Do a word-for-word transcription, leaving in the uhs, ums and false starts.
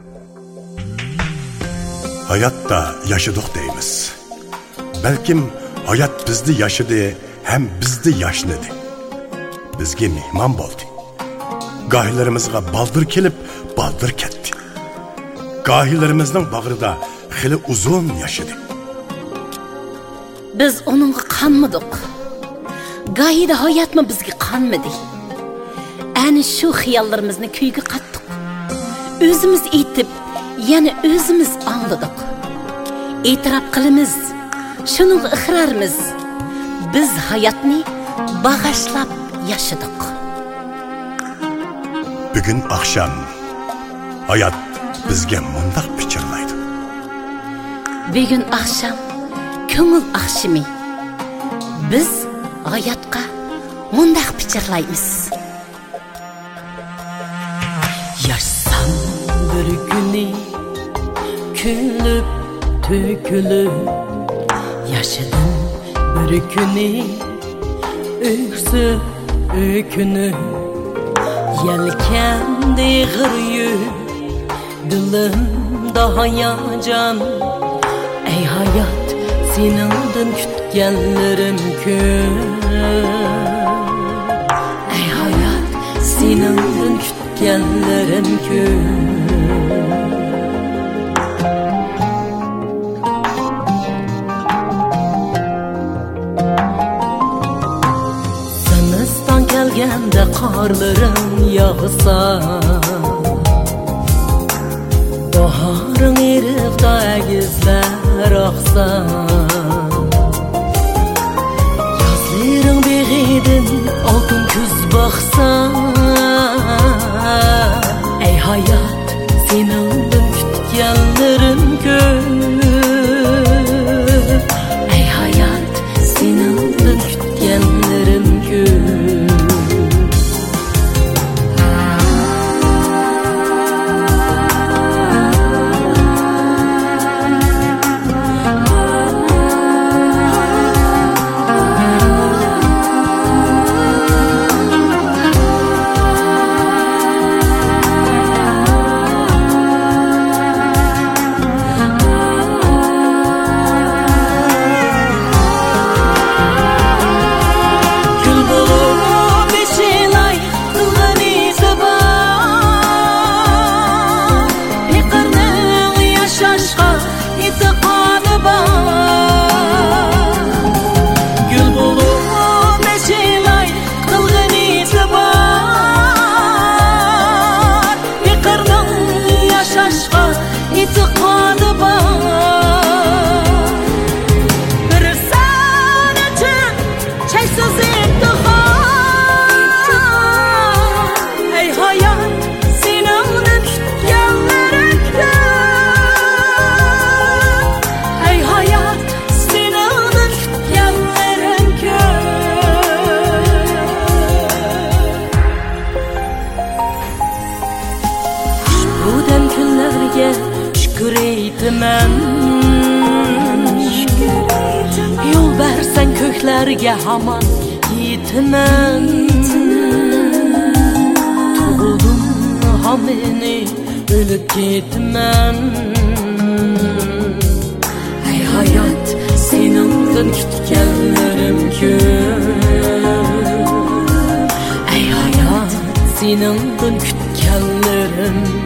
Hayatda yaşadık deymiz. Belkim hayat bizdi yaşadı, hem bizdi yaşnadı. Bizge mehman boldu. Gahilerimizga baldır kelip, baldır ketdi. Gahilerimizning bag'rida xili uzun yaşadı. Biz onunga qanmadık. Gahide hayat mı bizge qanmadı. Ani şu xiyallarimizni kuyga qattık. Özümüz etip, yani özümüz anladık. İtiraf qilimiz, şunun iqrarimiz. Biz hayatni bağışlap yaşadık. Bugün akşam hayat bizge mundaq pichirlaydi. Bugün akşam köngül akşimi. Biz hayatqa mundaq pichirlaymiz. Yaşsam bir günü külüp tökülüp, yaşadım bir günü öksüp ökünüp, yelkendi g'iriyip, dilimda hayacan. Ey hayat, senindin kütgenlerim ko'p. Ey hayat, senindin kütgenlerim ko'p. Zimiston kelganda qorlarim yog'sa, bahoring eriqda agizlar oqsa, yozlaring beg'idin oltin kuz boqsa, ey hayot, senindin kutganlarim ko'p. Ey hayot, senindin kutganlarim ko'p. Şükür eytimen, yol bersen köklerge haman yetimen. Tuğuldum hamini ölüp gitmen. Ey hayat, senindin kütkenlerim ko'p. Ey hayat, senindin kütkenlerim